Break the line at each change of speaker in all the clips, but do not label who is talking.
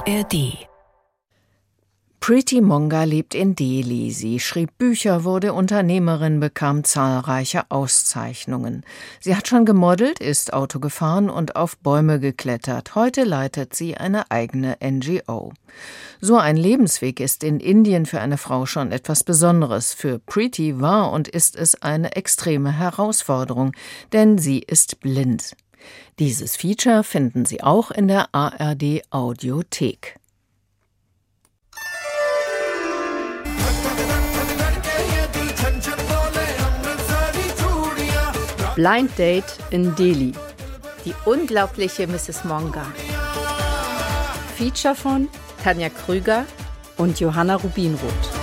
ARD. Priti Monga lebt in Delhi. Sie schrieb Bücher, wurde Unternehmerin, bekam zahlreiche Auszeichnungen. Sie hat schon gemodelt, ist Auto gefahren und auf Bäume geklettert. Heute leitet sie eine eigene NGO. So ein Lebensweg ist in Indien für eine Frau schon etwas Besonderes. Für Priti war und ist es eine extreme Herausforderung, denn sie ist blind. Dieses Feature finden Sie auch in der ARD Audiothek.
Blind Date in Delhi. Die unglaubliche Mrs. Monga. Feature von Tanja Krüger und Johanna Rubinroth.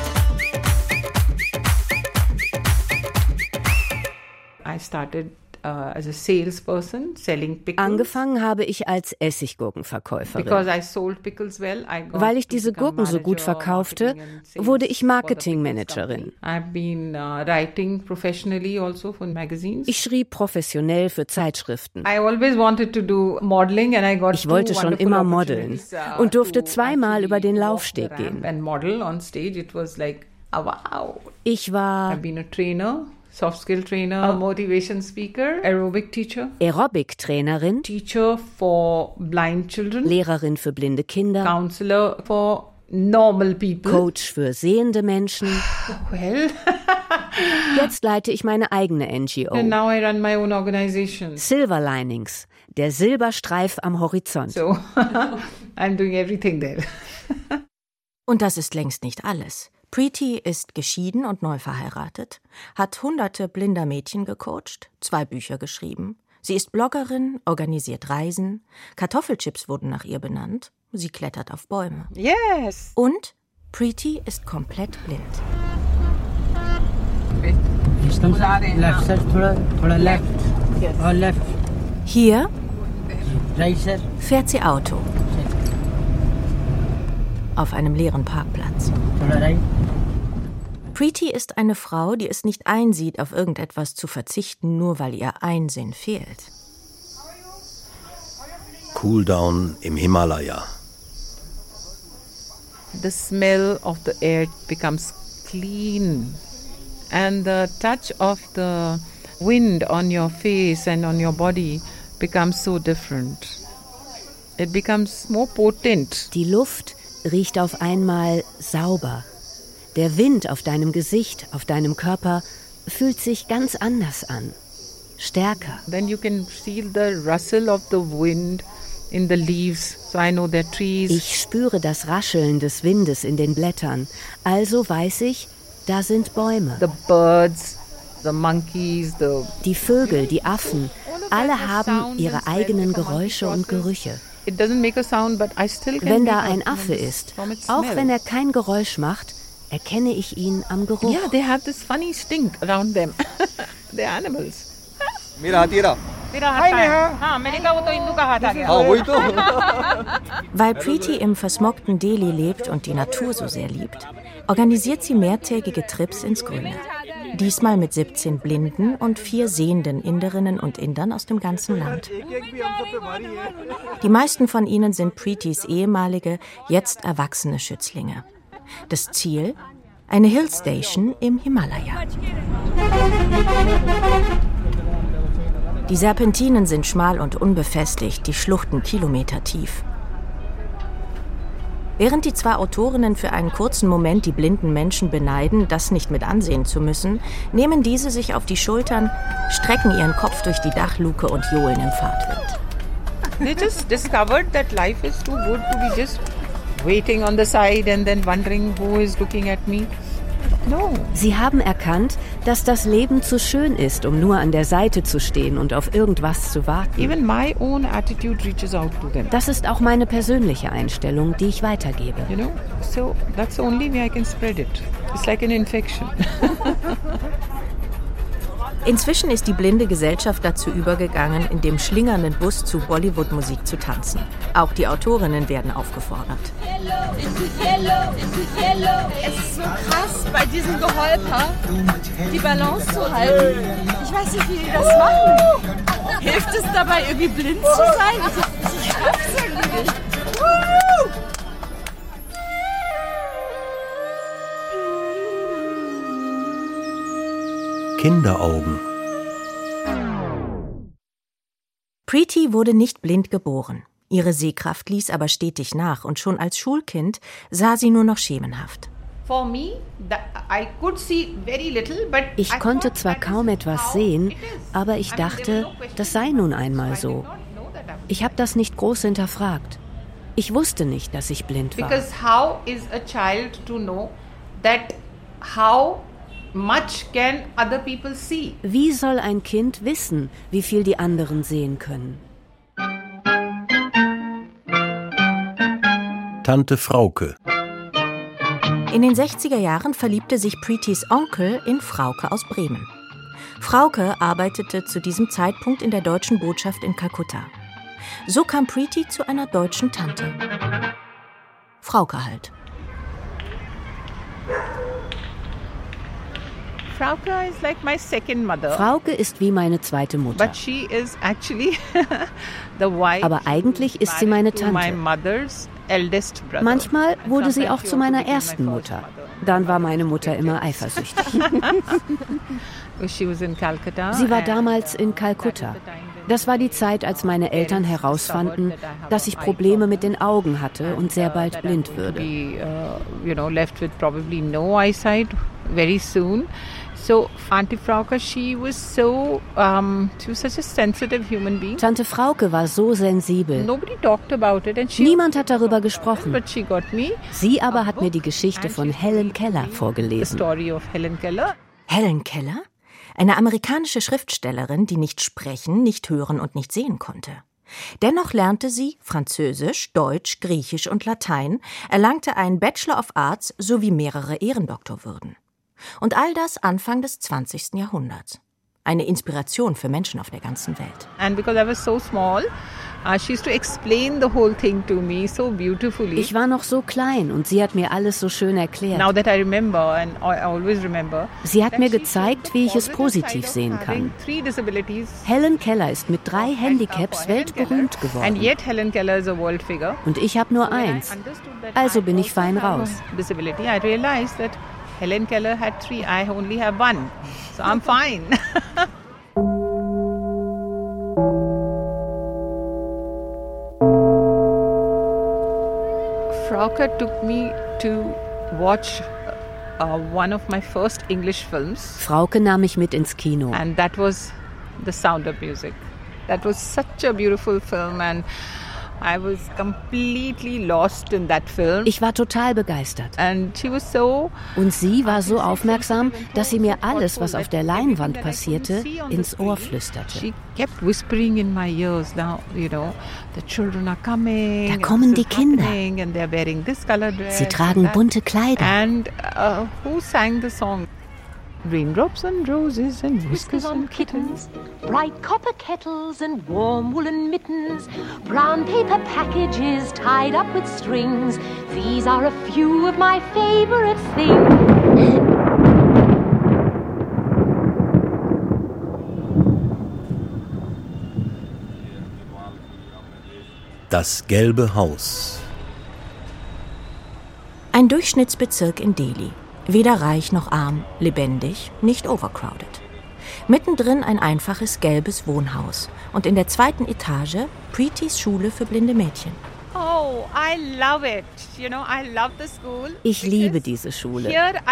I started as a salesperson selling pickles.
Angefangen habe ich als Essiggurkenverkäuferin.
Because I sold pickles well,
Weil ich diese Gurken so gut verkaufte, wurde ich Marketingmanagerin.
I've been writing professionally also for magazines.
Ich schrieb professionell für Zeitschriften.
I always wanted to do modeling and I got
Ich wollte schon immer modeln und durfte zweimal über den Laufsteg gehen.
And model on stage, it was like, oh, wow.
Ich war
I've been a trainer. Soft skill trainer, a motivation speaker, aerobic teacher,
Aerobic-Trainerin,
teacher for blind children,
Lehrerin für blinde Kinder,
counselor for normal people,
Coach für sehende Menschen.
Well,
jetzt leite ich meine eigene NGO.
And now I run my own organization.
Silver Linings, der Silberstreif am Horizont.
So, I'm doing everything there.
Und das ist längst nicht alles. Priti ist geschieden und neu verheiratet, hat hunderte blinder Mädchen gecoacht, 2 Bücher geschrieben. Sie ist Bloggerin, organisiert Reisen, Kartoffelchips wurden nach ihr benannt, sie klettert auf Bäume.
Yes!
Und Priti ist komplett blind. Hier fährt sie Auto. Auf einem leeren Parkplatz. Priti ist eine Frau, die es nicht einsieht, auf irgendetwas zu verzichten, nur weil ihr Einsinn fehlt.
Cooldown im Himalaya.
The smell of the air becomes clean and the touch of the wind on your face and on your body becomes so different. It becomes more potent.
Die Luft riecht auf einmal sauber. Der Wind auf deinem Gesicht, auf deinem Körper fühlt sich ganz anders an. Stärker.
Then you can feel the rustle of the wind in the leaves. So I know there are trees.
Ich spüre das Rascheln des Windes in den Blättern. Also weiß ich, da sind Bäume.
The birds, the monkeys,
die Vögel, die Affen, alle haben ihre eigenen Geräusche und Gerüche.
It doesn't make a sound, but I still can.
Wenn da ein Affe ist, auch wenn er kein Geräusch macht, erkenne ich ihn am Geruch.
Yeah, they have this funny stink around them. They're animals.
Weil Priti im versmogten Delhi lebt und die Natur so sehr liebt, organisiert sie mehrtägige Trips ins Grüne. Diesmal mit 17 blinden und 4 sehenden Inderinnen und Indern aus dem ganzen Land. Die meisten von ihnen sind Pritis ehemalige, jetzt erwachsene Schützlinge. Das Ziel? Eine Hillstation im Himalaya. Die Serpentinen sind schmal und unbefestigt, die Schluchten kilometertief. Während die 2 Autorinnen für einen kurzen Moment die blinden Menschen beneiden, das nicht mit ansehen zu müssen, nehmen diese sich auf die Schultern, strecken ihren Kopf durch die Dachluke und johlen im Fahrtwind.
They just discovered that life is too good to be just waiting on the side and then wondering who is looking at me. No.
Sie haben erkannt, dass das Leben zu schön ist, um nur an der Seite zu stehen und auf irgendwas zu warten.
Even my own attitude reaches out to them.
Das ist auch meine persönliche Einstellung, die ich weitergebe.
You know, so that's the only way I can spread it. It's like an infection.
Inzwischen ist die blinde Gesellschaft dazu übergegangen, in dem schlingernden Bus zu Bollywood-Musik zu tanzen. Auch die Autorinnen werden aufgefordert.
Es ist so krass, bei diesem Geholper die Balance zu halten. Ich weiß nicht, wie die das machen. Hilft es dabei, irgendwie blind zu sein? Ich schaff's irgendwie nicht.
Kinderaugen.
Preeti wurde nicht blind geboren. Ihre Sehkraft ließ aber stetig nach und schon als Schulkind sah sie nur noch schemenhaft. Ich konnte zwar kaum etwas sehen, aber ich dachte, das sei nun einmal so. Ich habe das nicht groß hinterfragt. Ich wusste nicht, dass ich blind war.
Because how is a child to know that how much can other people see?
Wie soll ein Kind wissen, wie viel die anderen sehen können?
Tante Frauke.
In den 60er Jahren verliebte sich Preetis Onkel in Frauke aus Bremen. Frauke arbeitete zu diesem Zeitpunkt in der deutschen Botschaft in Kalkutta. So kam Preeti zu einer deutschen Tante. Frauke halt.
Frauke is like my second mother.
Frauke ist wie meine zweite Mutter.
But she is actually the wife.
Aber eigentlich ist sie meine Tante.
My mother's eldest brother.
Manchmal wurde sie auch zu meiner ersten Mutter. Dann war meine Mutter immer eifersüchtig. Sie war damals in Kalkutta. Das war die Zeit, als meine Eltern herausfanden, dass ich Probleme mit den Augen hatte und sehr bald blind würde.
Left with probably no eyesight very soon. So Auntie Frauke, she was such a sensitive human being.
Tante Frauke war so sensibel.
Nobody talked about it and
Niemand hat darüber gesprochen.
But she got me.
Sie aber hat mir die Geschichte von Helen Keller vorgelesen.
The story of Helen Keller.
Helen Keller? Eine amerikanische Schriftstellerin, die nicht sprechen, nicht hören und nicht sehen konnte. Dennoch lernte sie Französisch, Deutsch, Griechisch und Latein, erlangte einen Bachelor of Arts sowie mehrere Ehrendoktorwürden. Und all das Anfang des 20. Jahrhunderts. Eine Inspiration für Menschen auf der ganzen Welt.
And because I was so small, she used to explain the whole thing to me so beautifully.
Ich war noch so klein und sie hat mir alles so schön erklärt.
Now that I remember and I always remember.
Sie hat mir gezeigt, wie ich es positiv sehen kann. Helen Keller ist mit 3 Handicaps weltberühmt geworden.
And yet Helen Keller is a world figure.
Und ich habe nur eins. Also bin ich fein raus.
Disability. I realized that Helen Keller had 3, I only have 1. So I'm fine. Frauke took me to watch one of my first English films.
Frauke nahm mich mit ins Kino.
And that was The Sound of Music. That was such a beautiful film and I was completely lost in that film.
Ich war total begeistert.
And she was so,
und sie war so aufmerksam, dass sie mir alles, was auf der Leinwand passierte, ins Ohr flüsterte.
She kept whispering in my ears. Now, the children are coming.
Da kommen die Kinder.
And they're wearing this color dress.
Sie tragen bunte Kleider.
And who sang the song? Raindrops and roses and whiskers on kittens,
bright copper kettles and warm woolen mittens, brown paper packages tied up with strings. These are a few of my favorite things.
Das gelbe Haus.
Ein Durchschnittsbezirk in Delhi. Weder reich noch arm, lebendig, nicht overcrowded. Mittendrin ein einfaches gelbes Wohnhaus und in der 2. Etage Preetis Schule für blinde Mädchen.
Oh, I love it. I love the school.
Ich liebe diese Schule.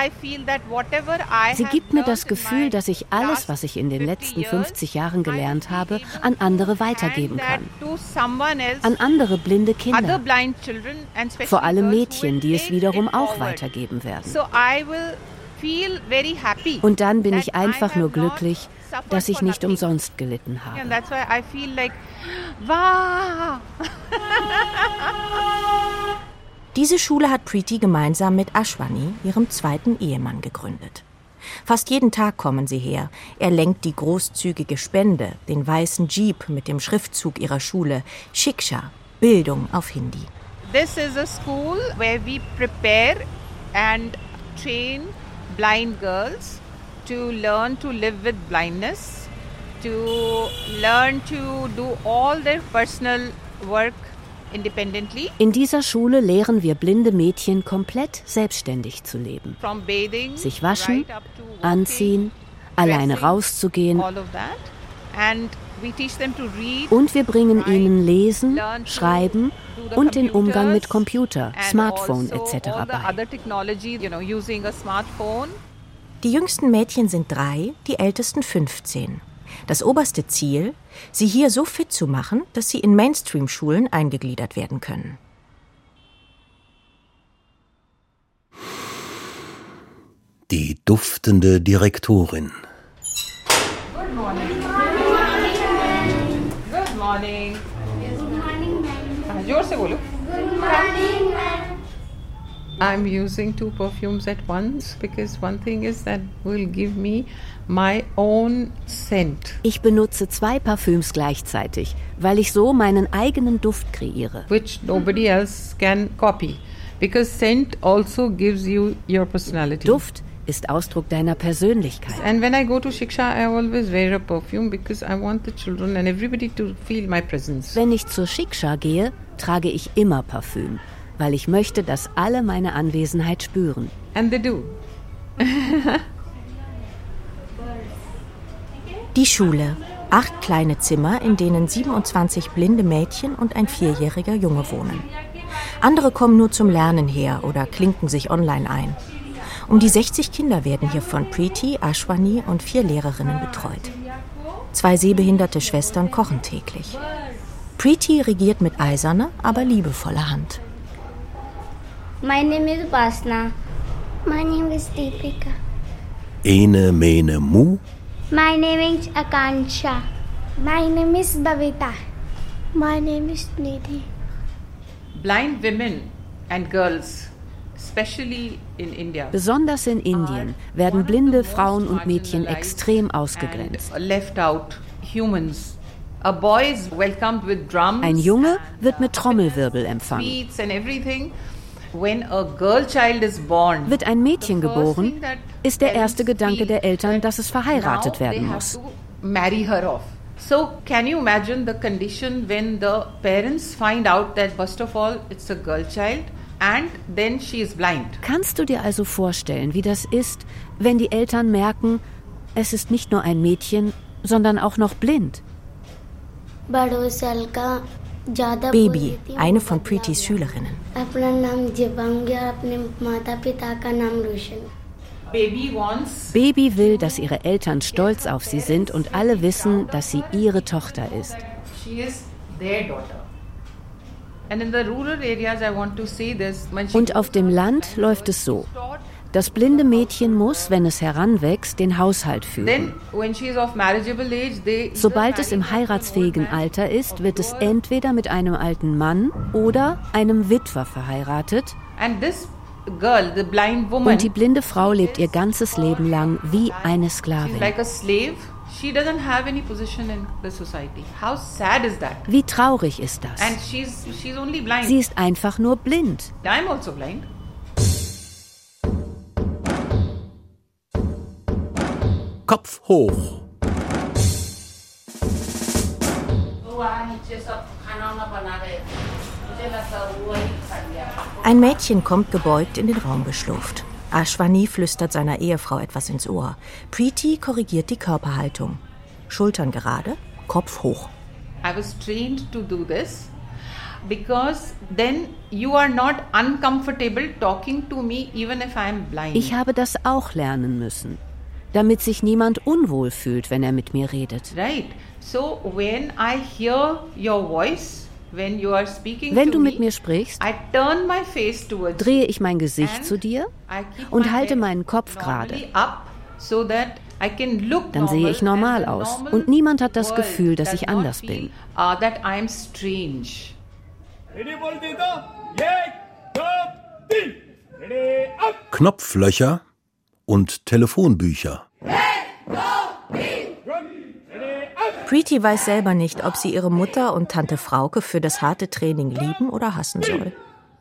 Sie gibt mir das Gefühl, dass ich alles, was ich in den letzten 50 Jahren gelernt habe, an andere weitergeben kann. An andere blinde Kinder. Vor allem Mädchen, die es wiederum auch weitergeben werden. Und dann bin ich einfach nur glücklich, dass ich nicht umsonst gelitten habe. Diese Schule hat Preeti gemeinsam mit Ashwani, ihrem 2. Ehemann, gegründet. Fast jeden Tag kommen sie her. Er lenkt die großzügige Spende, den weißen Jeep mit dem Schriftzug ihrer Schule, Shiksha, Bildung auf Hindi.
This is a school where we prepare and train blind girls to learn to live with blindness, to learn to do all their personal work independently.
In dieser Schule lehren wir blinde Mädchen komplett selbstständig zu leben.
From bathing,
sich waschen, anziehen,
alleine rauszugehen.
All of that. And we teach them to read,
Und wir bringen ihnen Lesen, Schreiben und den Umgang mit Computer, Smartphone etc. bei.
Die jüngsten Mädchen sind 3, die ältesten 15. Das oberste Ziel, sie hier so fit zu machen, dass sie in Mainstream-Schulen eingegliedert werden können.
Die duftende Direktorin.
Good morning. Good morning.
Good morning, ma'am.
जोर से बोलो.
Good morning, ma'am.
I'm using 2 perfumes at once because one thing is that will give me my own scent.
Ich benutze 2 Parfüms gleichzeitig, weil ich so meinen eigenen Duft kreiere.
Which nobody else can copy. Because scent also gives you your personality.
Duft ist Ausdruck deiner Persönlichkeit.
And when I go to Shiksha, I always wear a perfume because I want the children and everybody to feel my presence.
Wenn ich zur Shiksha gehe, trage ich immer Parfüm, weil ich möchte, dass alle meine Anwesenheit spüren.
And they do.
Die Schule. 8 kleine Zimmer, in denen 27 blinde Mädchen und ein 4-jähriger Junge wohnen. Andere kommen nur zum Lernen her oder klinken sich online ein. Um die 60 Kinder werden hier von Preeti, Ashwani und 4 Lehrerinnen betreut. 2 sehbehinderte Schwestern kochen täglich. Preeti regiert mit eiserner, aber liebevoller Hand.
My name is Basna. My name is Deepika.
Ene, mene, mu.
My name is Akansha. My name is Bhavita. My name is Nidhi.
Blind women and girls, especially in India,
Besonders in Indien werden blinde Frauen und Mädchen extrem ausgegrenzt.
left out humans. A boy is welcomed with drums.
Ein Junge wird mit Trommelwirbel empfangen.
Sweets and everything. When a girl child is born,
Wird ein Mädchen geboren, ist der erste Gedanke der Eltern, dass es verheiratet werden muss.
Marry her off. So can you imagine the condition when the parents find out that first of all it's a girl child and then she is blind?
Kannst du dir also vorstellen, wie das ist, wenn die Eltern merken, es ist nicht nur ein Mädchen, sondern auch noch blind?
Baby, eine von Preetis Schülerinnen.
Baby will, dass ihre Eltern stolz auf sie sind und alle wissen, dass sie ihre Tochter ist. Und auf dem Land läuft es so. Das blinde Mädchen muss, wenn es heranwächst, den Haushalt führen. Sobald es im heiratsfähigen Alter ist, wird es entweder mit einem alten Mann oder einem Witwer verheiratet. Und die blinde Frau lebt ihr ganzes Leben lang wie eine Sklavin. Wie traurig ist das? Sie ist einfach nur blind.
Kopf hoch.
Ein Mädchen kommt gebeugt in den Raum geschlurft. Ashwani flüstert seiner Ehefrau etwas ins Ohr. Preeti korrigiert die Körperhaltung. Schultern gerade, Kopf hoch.
I was trained to do this because then you are not uncomfortable talking to me even if I am blind.
Ich habe das auch lernen müssen, damit sich niemand unwohl fühlt, wenn er mit mir redet.
Right. So when I hear your voice, when you are speaking
Wenn
to
du mit
me,
mir sprichst,
I turn my face towards
drehe ich mein Gesicht
and
zu dir
I keep
und
my
halte
head
meinen Kopf gerade.
normally up so that I can look
Dann sehe ich normal
and the
aus
normal
und niemand hat das
world
Gefühl, dass
does
ich
not
anders
feel,
bin.
That I am strange.
Knopflöcher und Telefonbücher.
Preeti weiß selber nicht, ob sie ihre Mutter und Tante Frauke für das harte Training lieben oder hassen soll.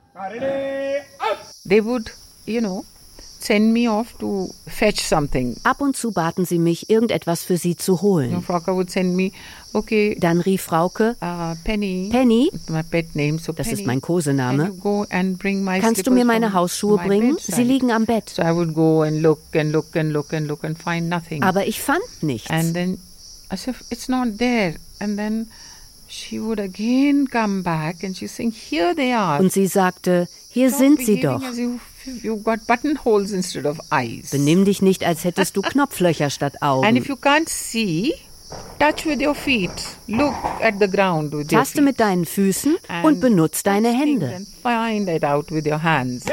They would, send me off to fetch something.
Ab und zu baten sie mich, irgendetwas für sie zu holen.
Frauke would send me okay.
Dann rief Frauke,
Penny,
my
pet name, so
das
Penny,
ist mein Kosename,
kannst
du mir meine Hausschuhe bringen? Sie liegen am Bett.
So I would go and look and find nothing.
Aber ich fand nichts.
And then I said, it's not there. And then she would again come back and she's saying, here they are.
Und sie sagte, hier sind sie doch.
You've got buttonholes instead of eyes.
Benimm dich nicht, als hättest du Knopflöcher statt Augen.
And if you can't see, touch with your feet. Look at the ground with your feet.
Taste mit deinen Füßen und benutz deine Hände.
And find it out with your hands.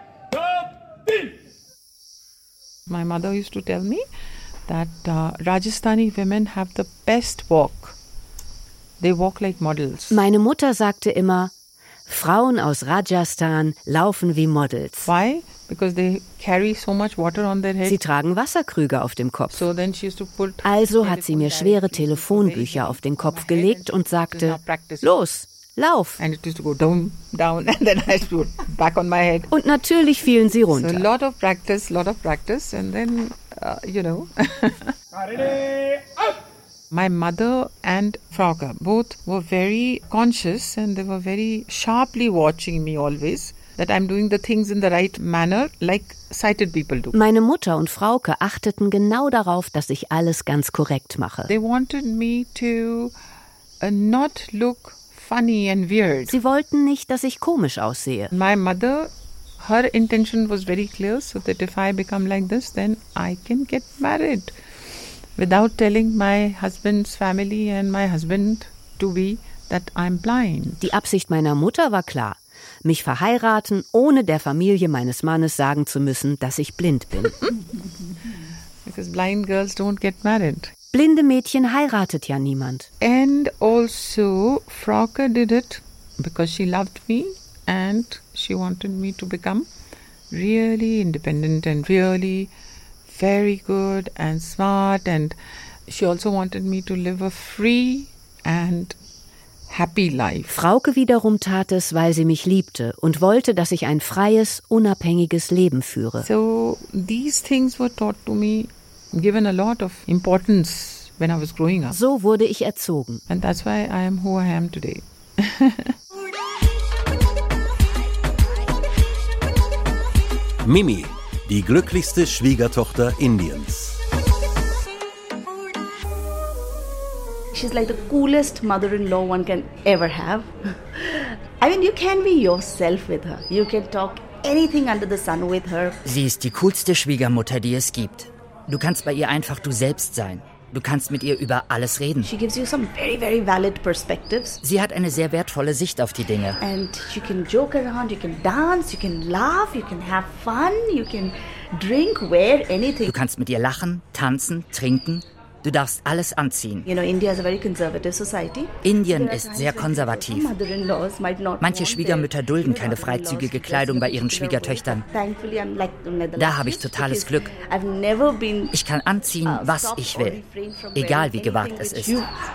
My mother used to tell me that Rajasthani women have the best walk. They walk like models.
Meine Mutter sagte immer, Frauen aus Rajasthan laufen wie Models.
Why? Because they carry so much water on their head.
Sie tragen Wasserkrüge auf dem Kopf.
So then she used to put
also hat sie mir schwere Telefonbücher auf den Kopf gelegt und sagte, los, lauf.
And it used to go down, and then I used to put back on my head.
Und natürlich fielen sie runter.
So a lot of practice, and then, My mother and Frauke both were very conscious and they were very sharply watching me always, that I'm doing the things in the right manner, like sighted people do.
Meine Mutter und Frauke achteten genau darauf, dass ich alles ganz korrekt mache.
They wanted me to not look funny and weird.
Sie wollten nicht, dass ich komisch aussehe.
My mother, her intention was very clear, so that if I become like this, then I can get married. Without telling my husband's family and my husband to be that I'm blind.
Die Absicht meiner Mutter war klar. Mich verheiraten, ohne der Familie meines Mannes sagen zu müssen, dass ich blind bin.
Because blind girls don't get married.
Blinde Mädchen heiratet ja niemand.
And also Frauke did it because she loved me and she wanted me to become really independent and really very good and smart, and she also wanted me to live a free and happy life.
Frauke wiederum tat es, weil sie mich liebte und wollte, dass ich ein freies, unabhängiges Leben führe.
So these things were taught to me, given a lot of importance when I was growing up.
So wurde ich erzogen.
And that's why I am who I am today.
Mimi, die glücklichste Schwiegertochter Indiens.
She's like the coolest mother-in-law one can ever have. I mean, you can be yourself with her. You can talk anything under the sun with her.
Sie ist die coolste Schwiegermutter, die es gibt. Du kannst bei ihr einfach du selbst sein. Du kannst mit ihr über alles reden.
She gives you some very, very valid perspectives.
Sie hat eine sehr wertvolle Sicht auf die Dinge.
And you can joke around, you can dance, you can laugh, you can have fun, you can drink, wear anything.
Du kannst mit ihr lachen, tanzen, trinken. Du darfst alles anziehen.
You know, India is a very conservative society.
Indien ist sehr konservativ. Manche Schwiegermütter dulden keine freizügige Kleidung bei ihren Schwiegertöchtern. Da habe ich totales Glück. Ich kann anziehen, was ich will, egal wie gewagt es ist.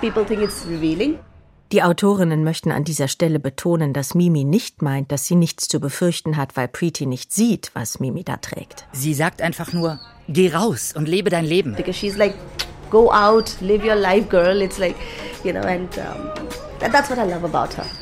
Die Autorinnen möchten an dieser Stelle betonen, dass Mimi nicht meint, dass sie nichts zu befürchten hat, weil Preeti nicht sieht, was Mimi da trägt.
Sie sagt einfach nur, geh raus und lebe dein Leben.
Because she's like, go out, live your life, girl. It's like, you know, and that's what I love about her.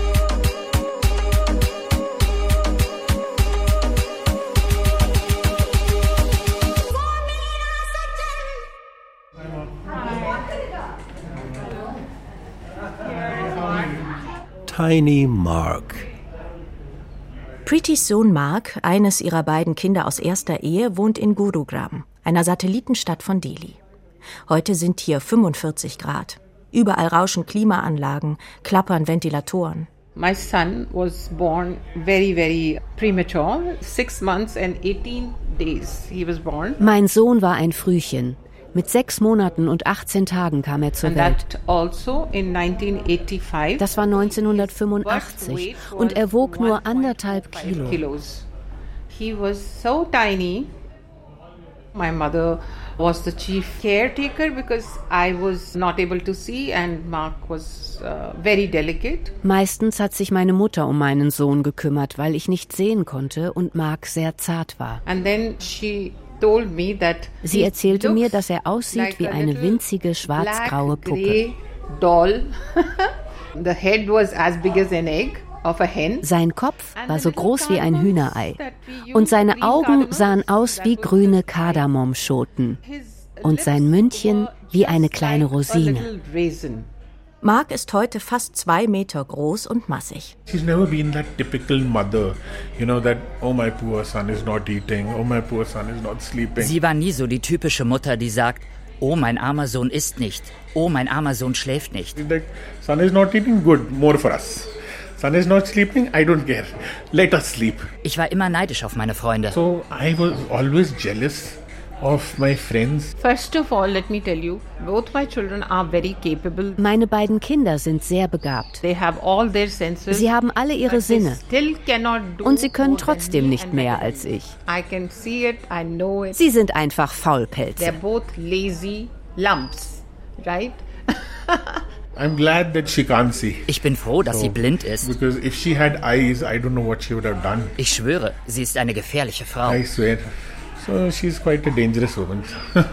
Tiny Mark.
Preetis Sohn Mark, eines ihrer beiden Kinder aus erster Ehe, wohnt in Gurugram, einer Satellitenstadt von Delhi. Heute sind hier 45 Grad. Überall rauschen Klimaanlagen, klappern Ventilatoren.
My son was born very, very premature. 6 months and 18 days he was born.
Mein Sohn war ein Frühchen. Mit 6 Monaten und 18 Tagen kam er zur
And
Welt.
that also in 1985.
Das war 1985 und er wog nur 1,5 Kilo.
He was so tiny. My mother was the chief caretaker because I was not able to see and Mark was very delicate.
Meistens hat sich meine Mutter um meinen Sohn gekümmert, weil ich nicht sehen konnte und Mark sehr zart war.
And then she told me that
sie erzählte mir, dass er aussieht wie eine winzige schwarz-graue Puppe.
doll. The head was as big as an egg of a hen.
Sein Kopf war so groß wie ein Hühnerei und seine Augen sahen aus wie grüne Kardamomschoten und sein Mündchen wie eine kleine Rosine.
Mark ist heute fast 2 Meter groß und massig.
She's never been that typical mother, that, oh my poor son is not eating, oh my poor son is not sleeping.
Sie war nie so die typische Mutter, die sagt, oh mein armer Sohn isst nicht, oh mein armer Sohn schläft nicht.
Like, son is not eating, good, more for us. Son is not sleeping, I don't care. Let us sleep.
Ich war immer neidisch auf meine Freunde.
So I was always jealous of my friends.
First of all, let me tell you, both my children are very capable.
Meine beiden Kinder sind sehr begabt.
They have all their senses.
Sie haben alle ihre Sinne.
Still cannot do
und sie können trotzdem nicht mehr als ich.
I can see it, I know it.
Sie sind einfach Faulpelze.
They're both lazy lumps, right?
I'm glad that she can't see.
Ich bin froh, dass sie blind ist.
Because if she had eyes, I don't know what she would have done.
Ich schwöre, sie ist eine gefährliche Frau.
I swear. So she's quite a dangerous woman.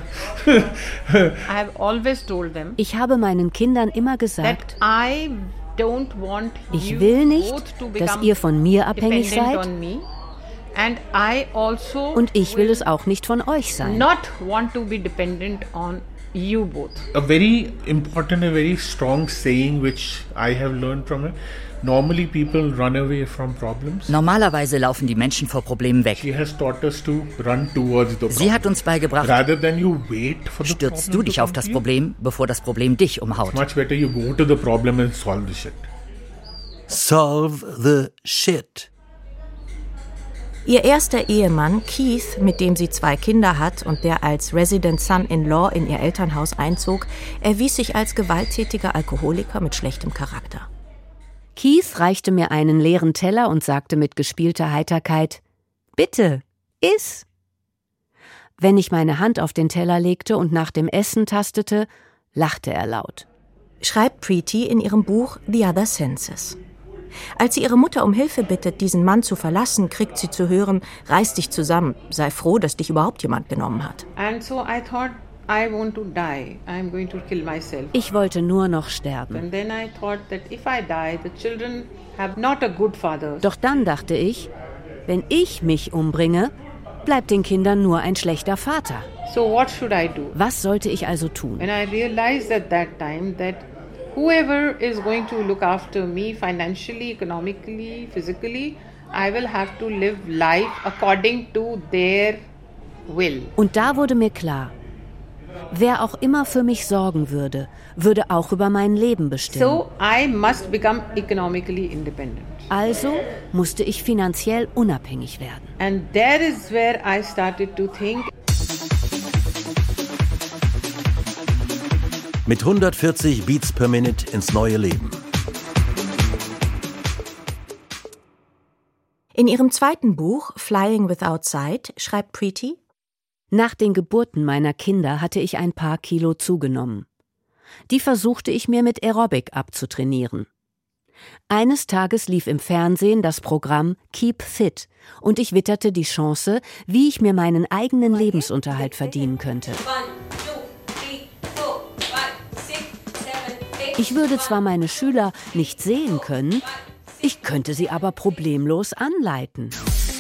I have always told them.
Ich habe meinen Kindern immer gesagt,
I don't want
ich will nicht, dass ihr von mir abhängig seid.
And I also
und ich will es auch nicht von euch sein.
Not want to be dependent on you both.
A very important, a very strong saying which I have learned from it. Normally people run away from problems.
Normalerweise laufen die Menschen vor Problemen weg.
She has taught us to run towards the problem.
Sie hat uns beigebracht,
rather than you wait for the
stürzt du dich auf das Problem, bevor das Problem dich umhaut.
It's much better you go to the problem and solve the shit.
Solve the shit.
Ihr erster Ehemann, Keith, mit dem sie 2 Kinder hat und der als Resident Son-in-Law in ihr Elternhaus einzog, erwies sich als gewalttätiger Alkoholiker mit schlechtem Charakter.
Keith reichte mir einen leeren Teller und sagte mit gespielter Heiterkeit, »Bitte, iss!« Wenn ich meine Hand auf den Teller legte und nach dem Essen tastete, lachte er laut.
Schreibt Preeti in ihrem Buch The Other Senses. Als sie ihre Mutter um Hilfe bittet, diesen Mann zu verlassen, kriegt sie zu hören, reiß dich zusammen, sei froh, dass dich überhaupt jemand genommen hat.
And so I thought, I want to die. I'm going to kill myself.
Ich wollte nur noch sterben.
And then I thought that if I die, the children have not a good father.
Doch dann dachte ich, wenn ich mich umbringe, bleibt den Kindern nur ein schlechter Vater.
So what should I do?
Was sollte ich also tun?
And I realized at that time that whoever is going to look after me financially, economically, physically, I will have to live life according to their will.
Und da wurde mir klar, wer auch immer für mich sorgen würde, würde auch über mein Leben bestimmen.
So I must become economically independent.
Also musste ich finanziell unabhängig werden.
And that is where I started to think.
Mit 140 Beats per Minute ins neue Leben.
In ihrem zweiten Buch, Flying Without Sight, schreibt Preeti:
Nach den Geburten meiner Kinder hatte ich ein paar Kilo zugenommen. Die versuchte ich mir mit Aerobic abzutrainieren. Eines Tages lief im Fernsehen das Programm Keep Fit und ich witterte die Chance, wie ich mir meinen eigenen Lebensunterhalt verdienen könnte. Ich würde zwar meine Schüler nicht sehen können, ich könnte sie aber problemlos anleiten.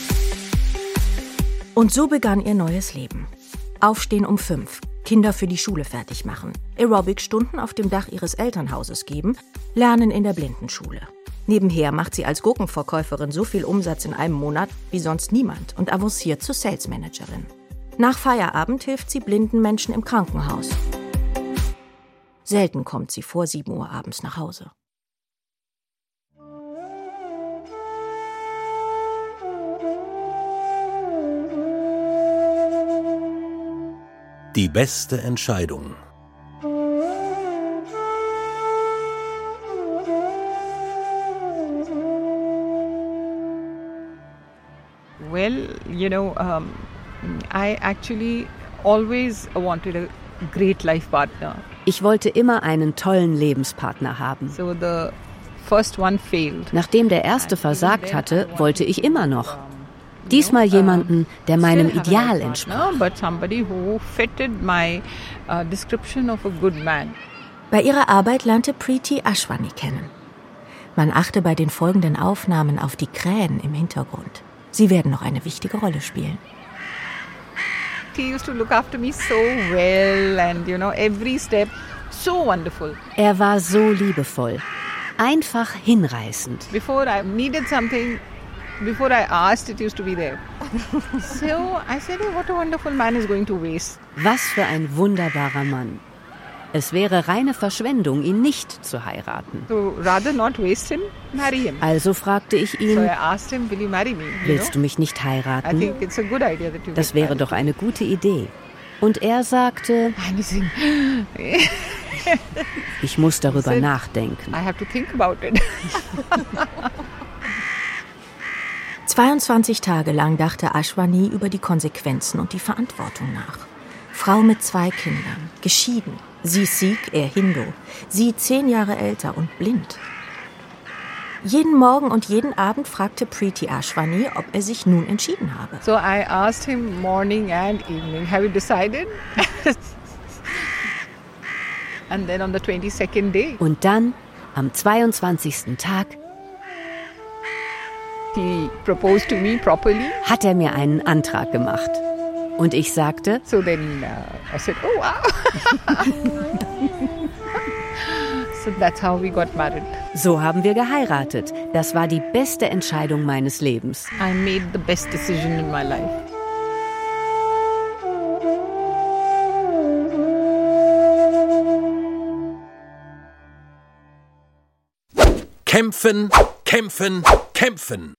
Und so begann ihr neues Leben. Aufstehen um 5, Kinder für die Schule fertig machen, Aerobic-Stunden auf dem Dach ihres Elternhauses geben, lernen in der Blindenschule. Nebenher macht sie als Gurkenverkäuferin so viel Umsatz in einem Monat wie sonst niemand und avanciert zur Salesmanagerin. Nach Feierabend hilft sie blinden Menschen im Krankenhaus. Selten kommt sie vor 7 Uhr abends nach Hause.
Die beste Entscheidung.
Well, I actually always wanted a great life partner.
Ich wollte immer einen tollen Lebenspartner haben.
So the first one failed.
Nachdem der erste versagt hatte, wollte ich immer noch. Diesmal jemanden, der meinem Ideal entsprach.
But somebody who fitted my description of a good man.
Bei ihrer Arbeit lernte Preeti Ashwani kennen. Man achte bei den folgenden Aufnahmen auf die Krähen im Hintergrund. Sie werden noch eine wichtige Rolle spielen.
He used to look after me so well and every step so wonderful.
Er war so liebevoll, einfach hinreißend.
Before I needed something, before I asked, it used to be there. So I said, oh, what a wonderful man is going to waste.
Was für ein wunderbarer Mann. Es wäre reine Verschwendung, ihn nicht zu heiraten.
So rather not waste him, marry him.
Also fragte ich ihn,
so I asked him, will you marry me?
Willst du mich nicht heiraten?
I think it's a good idea that you
das wäre doch eine gute Idee. Und er sagte, ich muss darüber nachdenken.
I have to think about it.
22 Tage lang dachte Ashwani über die Konsequenzen und die Verantwortung nach. Frau mit 2 Kindern, geschieden. Sie Sikh, er Hindu. Sie 10 Jahre älter und blind. Jeden Morgen und jeden Abend fragte Preeti Ashwani, ob er sich nun entschieden habe.
So I asked him morning and evening, have you decided? And then on the 22nd day.
Und dann, am 22. Tag,
he proposed to me properly.
Hat er mir einen Antrag gemacht. Und ich sagte,
so then I said, oh wow. So that's how we got married.
So haben wir geheiratet. Das war die beste Entscheidung meines Lebens.
I made the best decision in my life.
Kämpfen, kämpfen, kämpfen.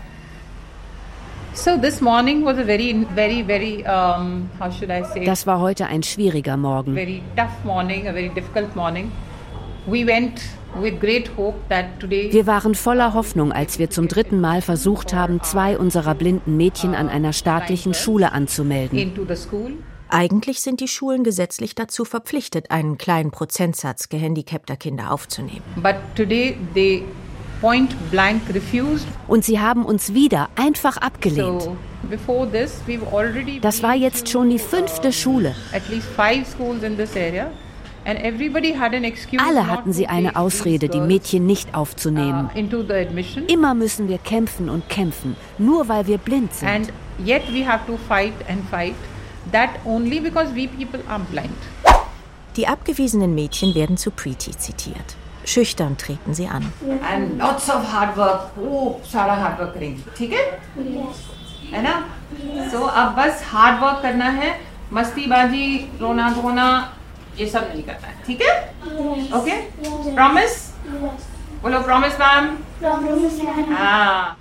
So this morning was a very, how should I say?
Das war heute ein schwieriger Morgen.
Very tough morning, a very difficult morning. We went with great hope that today.
Wir waren voller Hoffnung, als wir zum 3. Mal versucht haben, 2 unserer blinden Mädchen an einer staatlichen Schule anzumelden.
Into the school.
Eigentlich sind die Schulen gesetzlich dazu verpflichtet, einen kleinen Prozentsatz gehandicapter Kinder aufzunehmen.
But today they point blank refused.
Und sie haben uns wieder einfach abgelehnt.
So, before this, we've already
das war jetzt schon die 5. Schule.
At least 5 schools in this area. And everybody had an excuse.
Alle hatten sie eine Ausrede, die Mädchen nicht aufzunehmen.
Into the admission.
Immer müssen wir kämpfen und kämpfen, nur weil wir blind sind.
And yet we have to fight and fight. That only because we people are blind.
Die abgewiesenen Mädchen werden zu Preeti zitiert. Schüchtern treten sie an.
And lots of hard work. Oh, सारा hard work करेंगे, ठीक है? है ना? So अब बस hard work करना है, मस्तीबाजी, रोना धोना, ये सब नहीं करना है, ठीक है? Okay? Promise? बोलो promise ma'am?
Promise ma'am.
हाँ.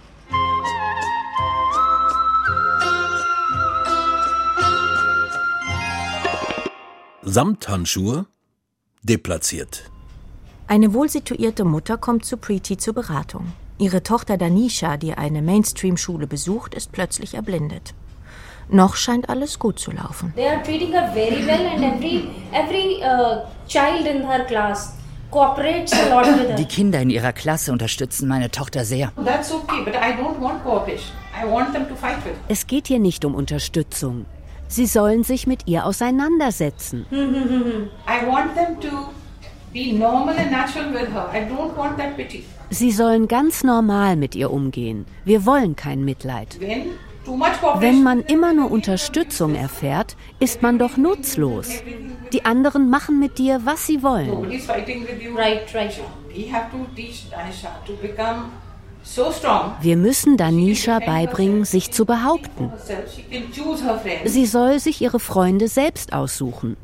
Samthandschuhe deplatziert.
Eine wohlsituierte Mutter kommt zu Preeti zur Beratung. Ihre Tochter Danisha, die eine Mainstream-Schule besucht, ist plötzlich erblindet. Noch scheint alles gut zu laufen.
They are treating her very well and every child in her class cooperates a lot with her.
Die Kinder in ihrer Klasse unterstützen meine Tochter sehr.
That's okay, but I don't want cooperation. I want them to fight with.
Es geht hier nicht um Unterstützung. Sie sollen sich mit ihr auseinandersetzen.
I want them to be normal and natural with her. I don't want that pity.
Sie sollen ganz normal mit ihr umgehen. Wir wollen kein Mitleid. Wenn man immer nur Unterstützung erfährt, ist man doch nutzlos. Die anderen machen mit dir, was sie wollen. Wir müssen Danisha beibringen, sich zu behaupten. Sie soll sich ihre Freunde selbst aussuchen.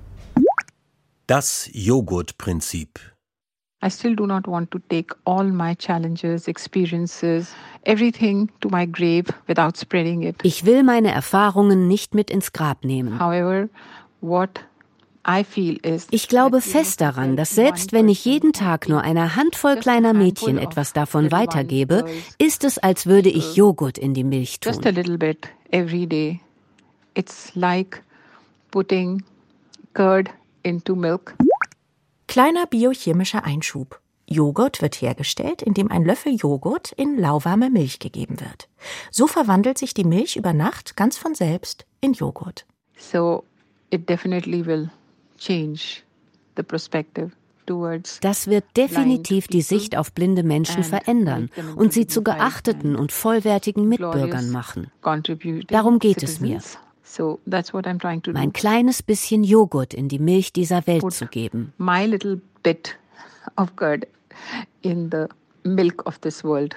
Das Joghurt-Prinzip.
I still do not want to take all my challenges, experiences, everything to my grave without spreading it.
Ich will meine Erfahrungen nicht mit ins Grab nehmen.
However, what I feel is,
ich glaube fest daran, dass selbst wenn ich jeden Tag nur einer Handvoll kleiner Mädchen etwas davon weitergebe, ist es, als würde ich Joghurt in die Milch tun.
Just a little bit every day. It's like putting curd into milk.
Kleiner biochemischer Einschub. Joghurt wird hergestellt, indem ein Löffel Joghurt in lauwarme Milch gegeben wird. So verwandelt sich die Milch über Nacht ganz von selbst in Joghurt.
So it definitely will change
Das wird definitiv die Sicht auf blinde Menschen verändern und sie zu geachteten und vollwertigen Mitbürgern machen. Darum geht es mir. Mein kleines bisschen Joghurt in die Milch dieser Welt zu geben.
My little bit of curd in the milk of this world.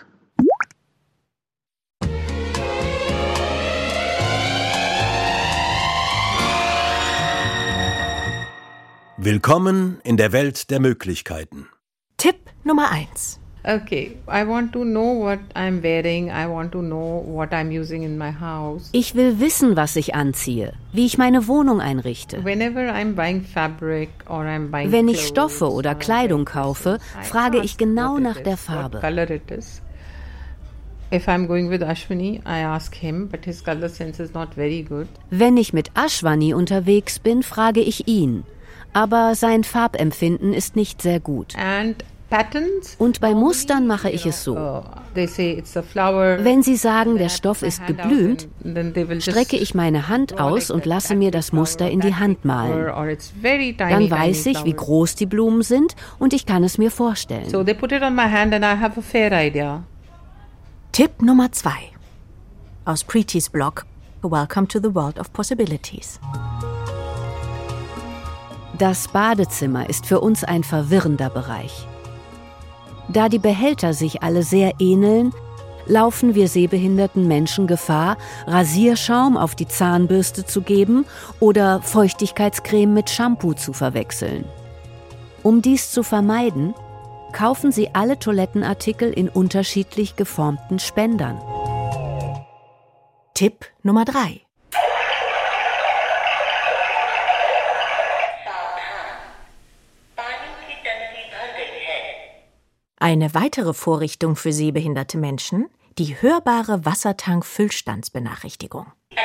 Willkommen in der Welt der Möglichkeiten.
Tipp Nummer 1.
Okay, I want to know what I'm wearing. I want to know what I'm using in my house.
Ich will wissen, was ich anziehe, wie ich meine Wohnung einrichte.
Whenever I'm buying fabric or I'm buying
Wenn ich Stoffe oder Kleidung kaufe, frage ich genau nach der Farbe.
If I'm going with Ashwini, I ask him, but his color sense is not very good.
Wenn ich mit Ashwani unterwegs bin, frage ich ihn. Aber sein Farbempfinden ist nicht sehr gut. Und bei Mustern mache ich es so. Wenn sie sagen, der Stoff ist geblümt, strecke ich meine Hand aus und lasse mir das Muster in die Hand malen. Dann weiß ich, wie groß die Blumen sind und ich kann es mir vorstellen.
Tipp Nummer 2. Aus Preetys Blog Welcome to the World of Possibilities.
Das Badezimmer ist für uns ein verwirrender Bereich. Da die Behälter sich alle sehr ähneln, laufen wir sehbehinderten Menschen Gefahr, Rasierschaum auf die Zahnbürste zu geben oder Feuchtigkeitscreme mit Shampoo zu verwechseln. Um dies zu vermeiden, kaufen Sie alle Toilettenartikel in unterschiedlich geformten Spendern.
Tipp Nummer 3. Eine weitere Vorrichtung für sehbehinderte Menschen, die hörbare Wassertank-Füllstandsbenachrichtigung.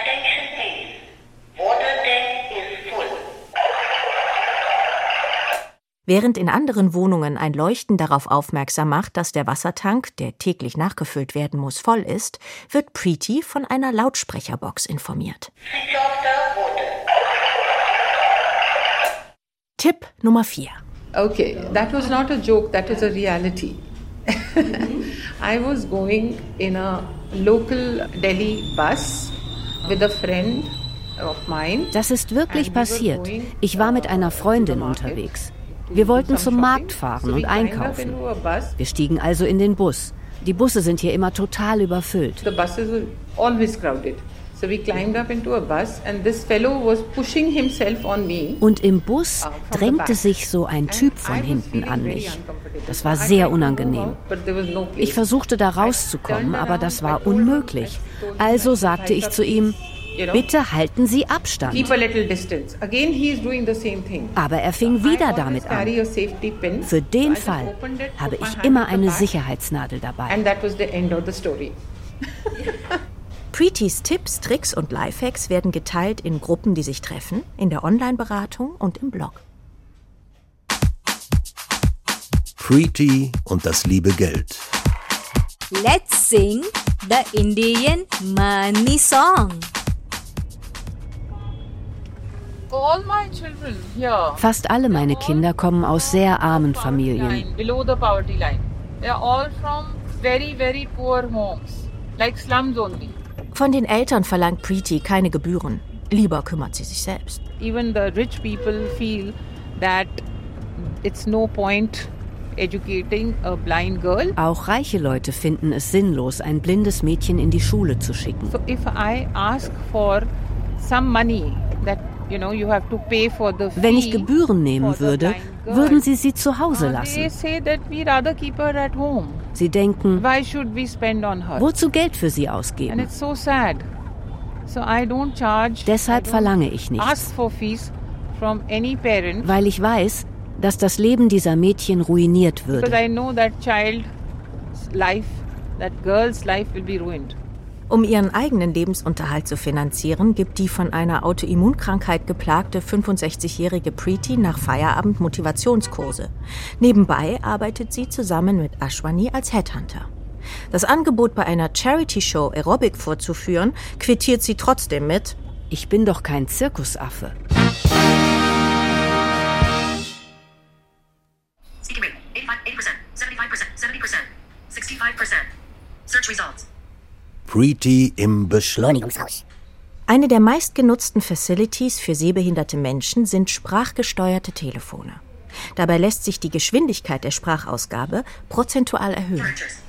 Während in anderen Wohnungen ein Leuchten darauf aufmerksam macht, dass der Wassertank, der täglich nachgefüllt werden muss, voll ist, wird Preety von einer Lautsprecherbox informiert. Tipp Nummer 4.
Okay, that was not a joke, that is a reality. I was going in a local Delhi bus with a friend of mine.
Das ist wirklich passiert. Ich war mit einer Freundin unterwegs. Wir wollten zum Markt fahren und einkaufen. Wir stiegen also in den Bus. Die Busse sind hier immer total überfüllt.
The buses are always crowded. So we climbed up into a bus and this fellow was pushing himself on me.
Und im Bus drängte sich so ein Typ von hinten an mich. Das war sehr unangenehm. Ich versuchte da rauszukommen, aber das war unmöglich. Also sagte ich zu ihm: Bitte halten Sie Abstand. Aber er fing wieder damit an. Für den Fall habe ich immer eine Sicherheitsnadel dabei.
Preetys Tipps, Tricks und Lifehacks werden geteilt in Gruppen, die sich treffen, in der Online-Beratung und im Blog.
Preety und das liebe Geld.
Let's sing the Indian money song.
All my children here.
Fast alle meine Kinder kommen aus sehr armen Familien.
Below the poverty line. They are all from very, very poor homes, like slums only.
Von den Eltern verlangt Preety keine Gebühren. Lieber kümmert sie sich selbst.
Even the rich people feel that it's no point educating a blind girl.
Auch reiche Leute finden es sinnlos, ein blindes Mädchen in die Schule zu schicken.
So if I ask for some money that you have to pay for the fee.
Wenn ich Gebühren nehmen würde, würden sie zu Hause lassen.
They say that we rather keep her at home.
Sie denken,
why should we spend on her?
Wozu Geld für sie ausgeben?
And it's so sad. So I don't charge.
Deshalb verlange ich nichts.
Ask for fees from any parent.
Weil ich weiß, dass das Leben dieser Mädchen ruiniert würde.
Because I know that child's life, that girl's life will be ruined.
Um ihren eigenen Lebensunterhalt zu finanzieren, gibt die von einer Autoimmunkrankheit geplagte 65-jährige Preety nach Feierabend Motivationskurse. Nebenbei arbeitet sie zusammen mit Ashwani als Headhunter. Das Angebot bei einer Charity-Show Aerobic vorzuführen, quittiert sie trotzdem mit:
Ich bin doch kein Zirkusaffe.
Search results. Preeti im Beschleunigungshaus.
Eine der meistgenutzten Facilities für sehbehinderte Menschen sind sprachgesteuerte Telefone. Dabei lässt sich die Geschwindigkeit der Sprachausgabe prozentual erhöhen.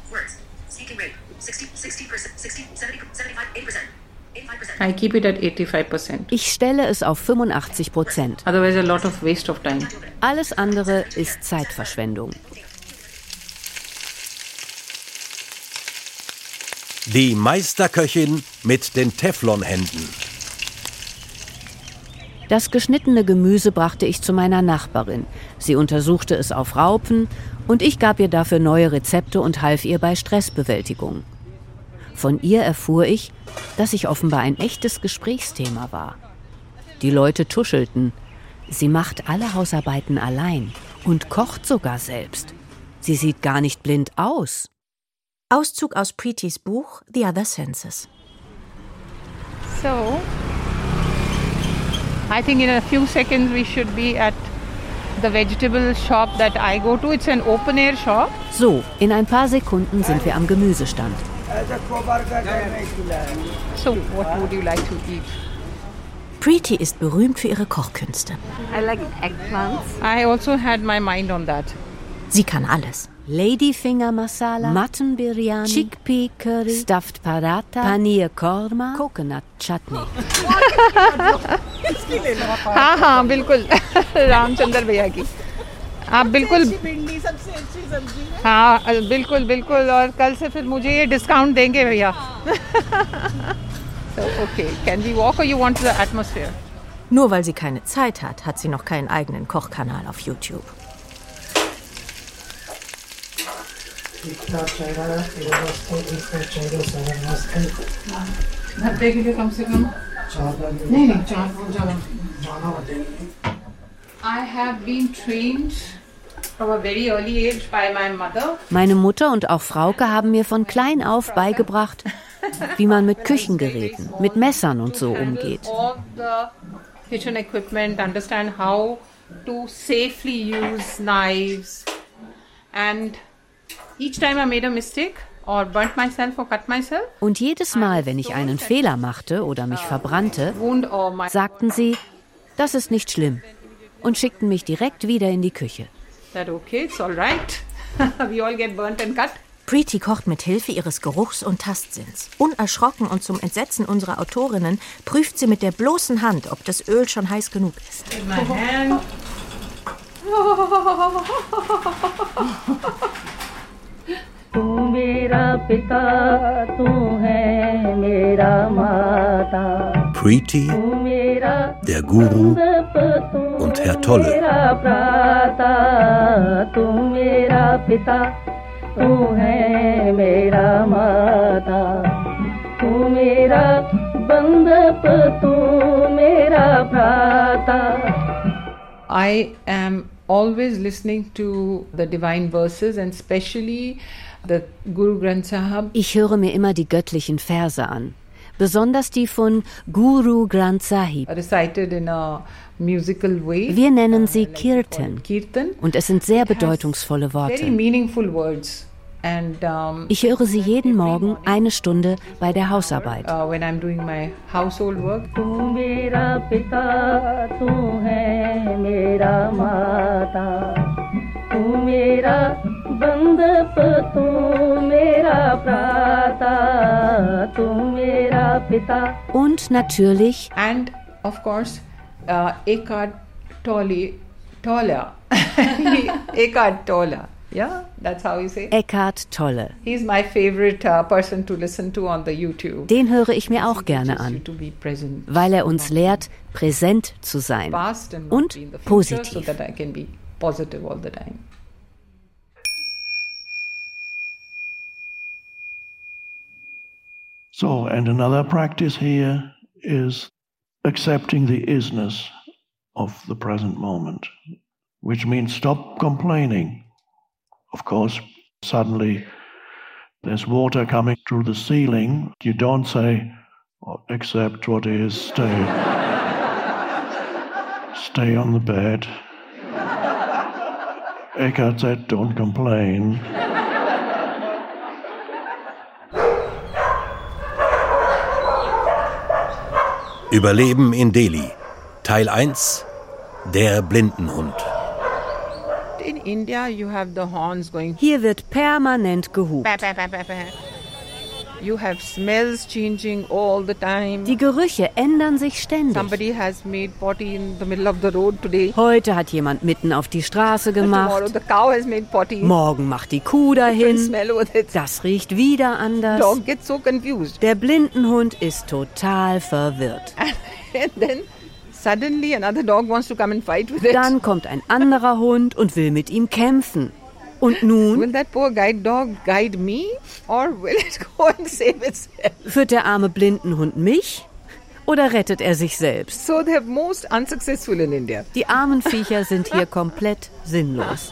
I keep it at 85%.
Ich stelle es auf 85%.
Otherwise a lot of waste of time.
Alles andere ist Zeitverschwendung.
Die Meisterköchin mit den Teflonhänden.
Das geschnittene Gemüse brachte ich zu meiner Nachbarin. Sie untersuchte es auf Raupen und ich gab ihr dafür neue Rezepte und half ihr bei Stressbewältigung. Von ihr erfuhr ich, dass ich offenbar ein echtes Gesprächsthema war. Die Leute tuschelten. Sie macht alle Hausarbeiten allein und kocht sogar selbst. Sie sieht gar nicht blind aus.
Auszug aus Preetis Buch The Other Senses.
So, I think in a few seconds we should be at the vegetable shop that I go to. It's an open-air shop.
So, in ein paar Sekunden sind wir am Gemüsestand.
So, what would you like to eat?
Preeti ist berühmt für ihre Kochkünste.
I like eggplants.
I also had my mind on that.
Sie kann alles.
Ladyfinger Masala, Mutton Biryani, Chickpea Curry, Stuffed Paratha, Paneer Korma, Coconut Chutney.
हाँ हाँ बिल्कुल रामचंद्र भैया की आप बिल्कुल हाँ बिल्कुल बिल्कुल और कल से फिर मुझे ये डिस्काउंट देंगे भैया. So, okay, can we walk or you want the atmosphere?
Nur weil sie keine Zeit hat, hat sie noch keinen eigenen Kochkanal auf YouTube.
I have been trained from a very early age by my mother.
Meine Mutter und auch Frauke haben mir von klein auf beigebracht, wie man mit Küchengeräten, mit Messern und so umgeht.
All the kitchen equipment, understand how to safely use knives, and each time I made a mistake or burnt myself or cut myself.
Und jedes Mal, wenn ich einen Fehler machte oder mich verbrannte, sagten sie, das ist nicht schlimm und schickten mich direkt wieder in die Küche.
That okay, it's all right. We all get burnt and cut.
Preeti kocht mit Hilfe ihres Geruchs- und Tastsinns. Unerschrocken und zum Entsetzen unserer Autorinnen prüft sie mit der bloßen Hand, ob das Öl schon heiß genug ist.
In my hand.
Preeti, der Guru und Herr Tolle.
I am always listening to the divine verses and especially the Guru Granth Sahib.
Ich höre mir immer die göttlichen Verse an, besonders die von Guru Granth Sahib.
Recited in a musical way.
Wir nennen sie Kirtan
Kirtan.
Und es sind sehr bedeutungsvolle Worte.
Very meaningful words. And,
ich höre sie jeden Morgen 1 Stunde bei der Hausarbeit.
When I'm doing my household work.
Und natürlich
and of course Eckhart Tolle. Eckhart Tolle. Yeah, that's how you say.
Eckhart Tolle.
He's my favorite person to listen to on the YouTube.
Den höre ich mir auch gerne an, weil er uns lehrt, präsent zu sein und positiv.
So that I can be positive all the time.
So, and another practice here is accepting the isness of the present moment, which means stop complaining. Of course, suddenly there's water coming through the ceiling. You don't say, oh, accept what is, stay on the bed. Eckhart said, don't complain.
Überleben in Delhi. Teil 1. Der Blindenhund.
In India you have the horns going.
Hier wird permanent gehupt.
You have smells changing all the time.
Die Gerüche ändern sich ständig.
Somebody has made potty in the middle of the road today.
Heute hat jemand mitten auf die Straße gemacht.
Tomorrow the cow has made potty.
Morgen macht die Kuh dahin.
Smell with it.
Das riecht wieder anders.
Dog gets so confused.
Der Blindenhund ist total verwirrt.
And then suddenly another dog wants to come and fight with it.
Dann kommt ein anderer Hund und will mit ihm kämpfen. Und nun?
Will that poor guide dog guide me or will it go and save itself?
Führt der arme Blindenhund mich oder rettet er sich selbst?
So they're most unsuccessful in India.
Die armen Viecher sind hier komplett sinnlos.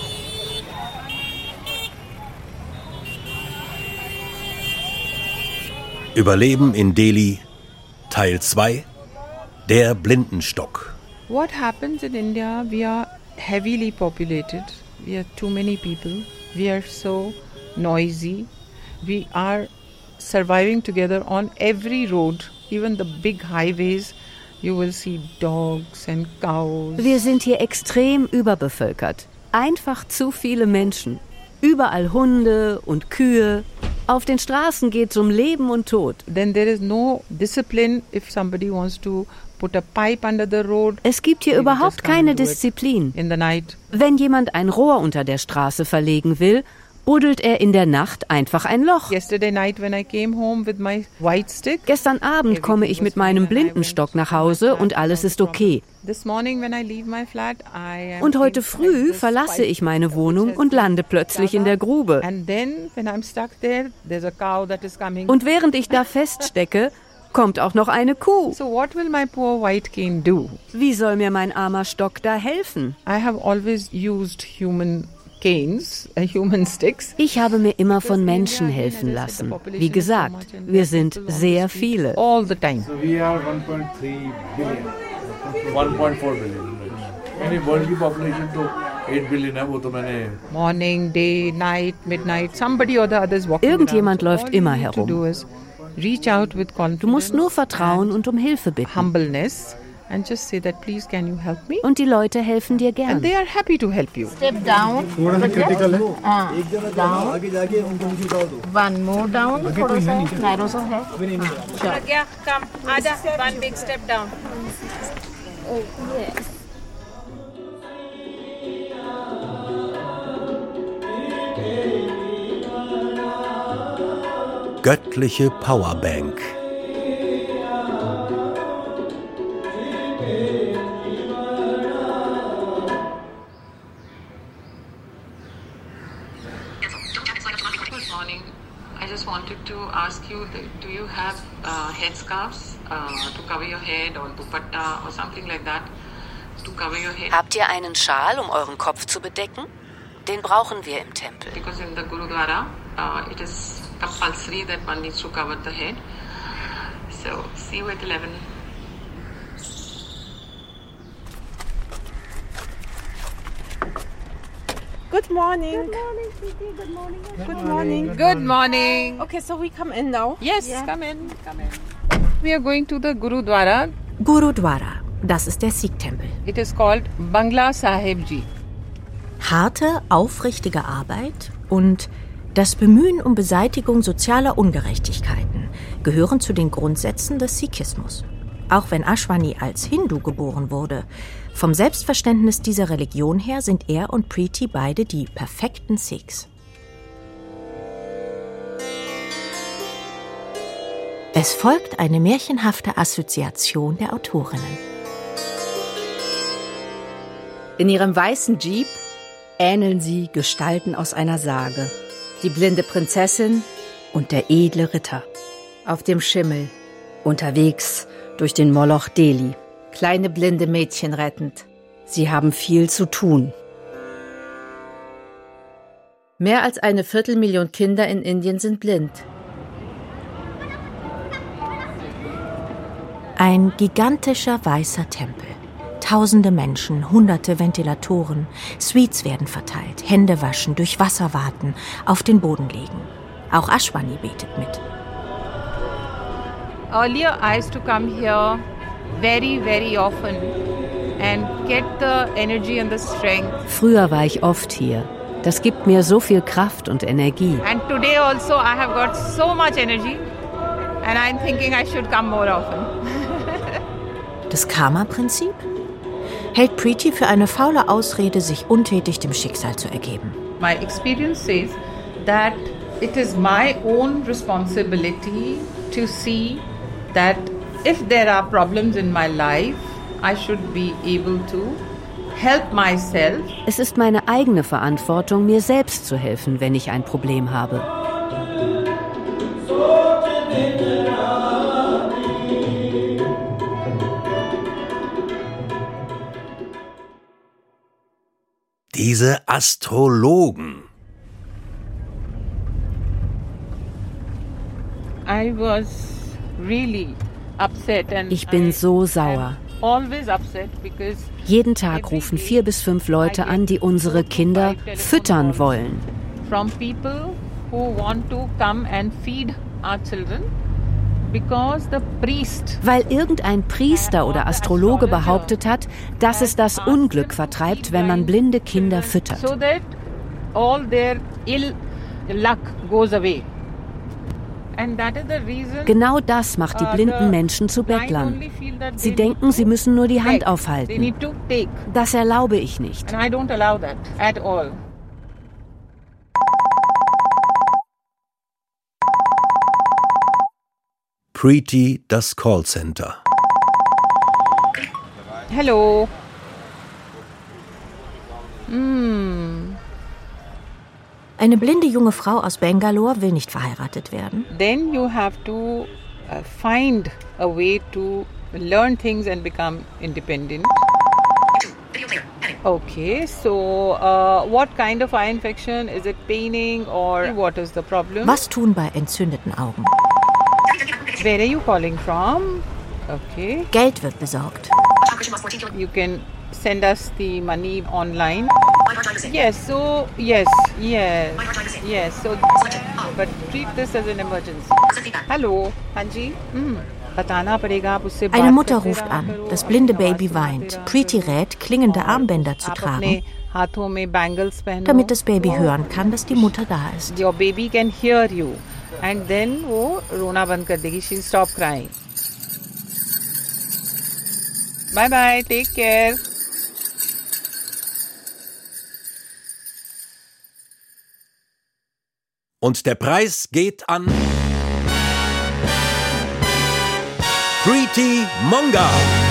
Überleben in Delhi. Teil 2. Der Blindenstock.
What happens in India? We are heavily populated. We are too many people. We are so noisy. We are surviving together on every road, even the big highways. You will see dogs and cows.
Wir sind hier extrem überbevölkert. Einfach zu viele Menschen. Überall Hunde und Kühe. Auf den Straßen geht's um Leben und Tod.
Then there is no discipline if somebody wants to put a pipe under the road.
Es gibt hier überhaupt keine Disziplin.
In the night.
Wenn jemand ein Rohr unter der Straße verlegen will, buddelt er in der Nacht einfach ein Loch.
Yesterday night when I came home with my white stick.
Gestern Abend komme ich mit meinem Blindenstock nach Hause und alles ist okay.
This morning when I leave my flat,
und heute früh verlasse ich meine Wohnung und lande plötzlich in der Grube.
And then when I'm stuck there, there's a cow that is coming.
Und während ich da feststecke, kommt auch noch eine Kuh.
So what will my poor white cane do?
Wie soll mir mein armer Stock da helfen?
I have always used human sticks.
Ich habe mir immer von Menschen helfen lassen. Wie gesagt, wir sind sehr viele.
All the time.
So we are 1.3 billion. 1.4 billion. Any world की population तो 8 billion है वो तो मैंने.
Morning, day, night, midnight, somebody or the other is walking.
Irgendjemand läuft immer herum.
Reach out with confidence.
Du musst nur vertrauen und um Hilfe bitten.
Humbleness. And just say that, please, can you help me?
Und die Leute helfen dir gern.
And they are happy to help you.
Step down.
थोड़ा सा critical है.
Down. One more down. थोड़ा सा narrow सा है.
Pragya, come. Aja, one big step down.
Oh, yes.
Göttliche Powerbank.
Ask you, do you have headscarves to cover your head or dupatta or something like that to cover your head?
Habt ihr einen Schal, um euren Kopf zu bedecken? Den brauchen wir im Tempel.
Because in the Gurudwara, it is compulsory that one needs to cover the head. So, see you at 11.
Good morning.
Good morning, sweetie. Good morning.
Good morning.
Good morning.
Okay, so we come in now.
Yes, yeah. Come in. We are going to the Gurudwara.
Gurudwara, das ist der Sikh-Tempel.
It is called Bangla Sahib Ji.
Harte, aufrichtige Arbeit und das Bemühen um Beseitigung sozialer Ungerechtigkeiten gehören zu den Grundsätzen des Sikhismus. Auch wenn Ashwani als Hindu geboren wurde, vom Selbstverständnis dieser Religion her sind er und Preeti beide die perfekten Sikhs. Es folgt eine märchenhafte Assoziation der Autorinnen.
In ihrem weißen Jeep ähneln sie Gestalten aus einer Sage. Die blinde Prinzessin und der edle Ritter. Auf dem Schimmel, unterwegs durch den Moloch Delhi. Kleine blinde Mädchen rettend. Sie haben viel zu tun. Mehr als 250.000 Kinder in Indien sind blind.
Ein gigantischer weißer Tempel. Tausende Menschen, hunderte Ventilatoren, Sweets werden verteilt, Hände waschen, durch Wasser warten, auf den Boden legen. Auch Ashwani betet mit.
Earlier I used to come here very, very often and get the energy and the strength.
Früher war ich oft hier. Das gibt mir so viel Kraft und Energie.
And today also I have got so much energy and I'm thinking I should come more often.
Das Karma-Prinzip? Hält Preeti für eine faule Ausrede, sich untätig dem Schicksal zu ergeben.
My experience says that it is my own responsibility to see that if there are problems in my life, I should be able to help myself.
Es ist meine eigene Verantwortung, mir selbst zu helfen, wenn ich ein Problem habe.
Diese Astrologen.
I was really upset and
ich bin so sauer.
Always upset because
jeden Tag rufen 4 bis 5 Leute an, die unsere Kinder füttern wollen.
From people who want to come and feed our children.
Weil irgendein Priester oder Astrologe behauptet hat, dass es das Unglück vertreibt, wenn man blinde Kinder füttert.
So that all their ill luck goes away. And that is the reason,
genau das macht die blinden Menschen zu Bettlern. Sie denken, sie müssen nur die Hand aufhalten. Das erlaube ich nicht.
And I don't allow that at all.
Preeti, das Callcenter.
Hello.
Eine blinde junge Frau aus Bangalore will nicht verheiratet werden.
Then you have to find a way to learn things and become independent. Okay, so what kind of eye infection? Is it paining or what is the problem?
Was tun bei entzündeten Augen?
Where are you calling from? Okay.
Geld wird besorgt.
You can send us the money online. Yes, so yes. So, but treat this as an emergency. Hallo, Hanji.
Eine Mutter ruft an. Das blinde Baby weint. Preeti rät, klingende Armbänder zu tragen, damit das Baby hören kann, dass die Mutter da ist.
Your baby can hear you. And then wo rona band kar degi, she'll stop crying. Bye bye, take care.
Und der Preis geht an Preeti Monga.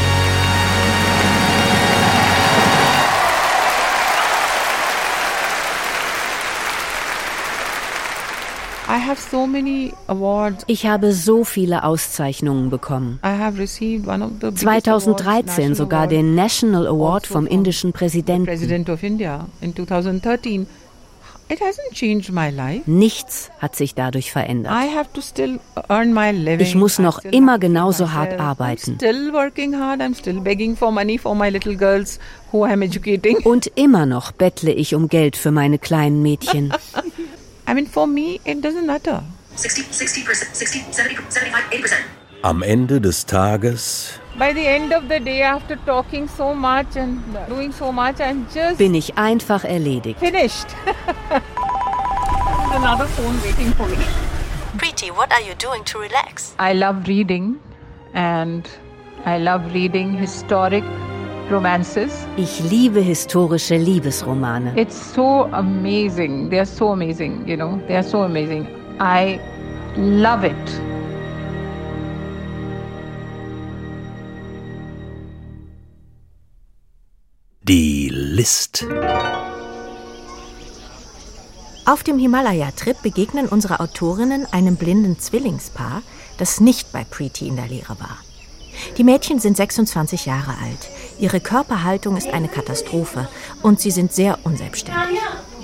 I have so many awards.
Ich habe so viele Auszeichnungen bekommen.
I have received one of the
2013 sogar den National Award vom indischen Präsidenten.
President of India in 2013. It hasn't changed my life.
Nichts hat sich dadurch verändert.
I have to still earn my living.
Ich muss noch immer genauso hart arbeiten.
I'm still working hard. I'm still begging for money for my little girls who I'm educating.
Und immer noch bettle ich um Geld für meine kleinen Mädchen.
I mean, for me, it doesn't matter.
60%, 70, 75, 80%. Am Ende des Tages
By the end of the day, after talking so much and doing so much, I'm just
bin ich einfach erledigt.
Finished. There's another phone waiting for me.
Preeti, what are you doing to relax?
I love reading and I love reading historic romances.
Ich liebe historische Liebesromane.
It's so amazing. They are so amazing, you know. They are so amazing. I love it.
Die List.
Auf dem Himalaya-Trip begegnen unsere Autorinnen einem blinden Zwillingspaar, das nicht bei Preeti in der Lehre war. Die Mädchen sind 26 Jahre alt. Ihre Körperhaltung ist eine Katastrophe und sie sind sehr unselbstständig.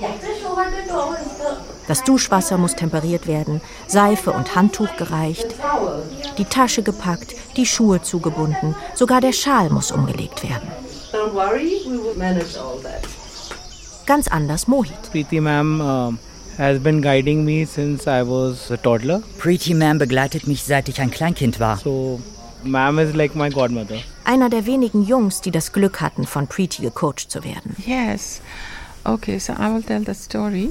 Das Duschwasser muss temperiert werden, Seife und Handtuch gereicht, die Tasche gepackt, die Schuhe zugebunden, sogar der Schal muss umgelegt werden.
Don't worry, we will manage all that.
Ganz anders Mohit.
Preeti ma'am
has been guiding me since I was a toddler.
Pretty Ma'am begleitet mich, seit ich ein Kleinkind war.
So, Ma'am is like my godmother.
Einer der wenigen Jungs, die das Glück hatten, von Preeti gecoacht zu werden.
Yes. Okay, so I will tell the story.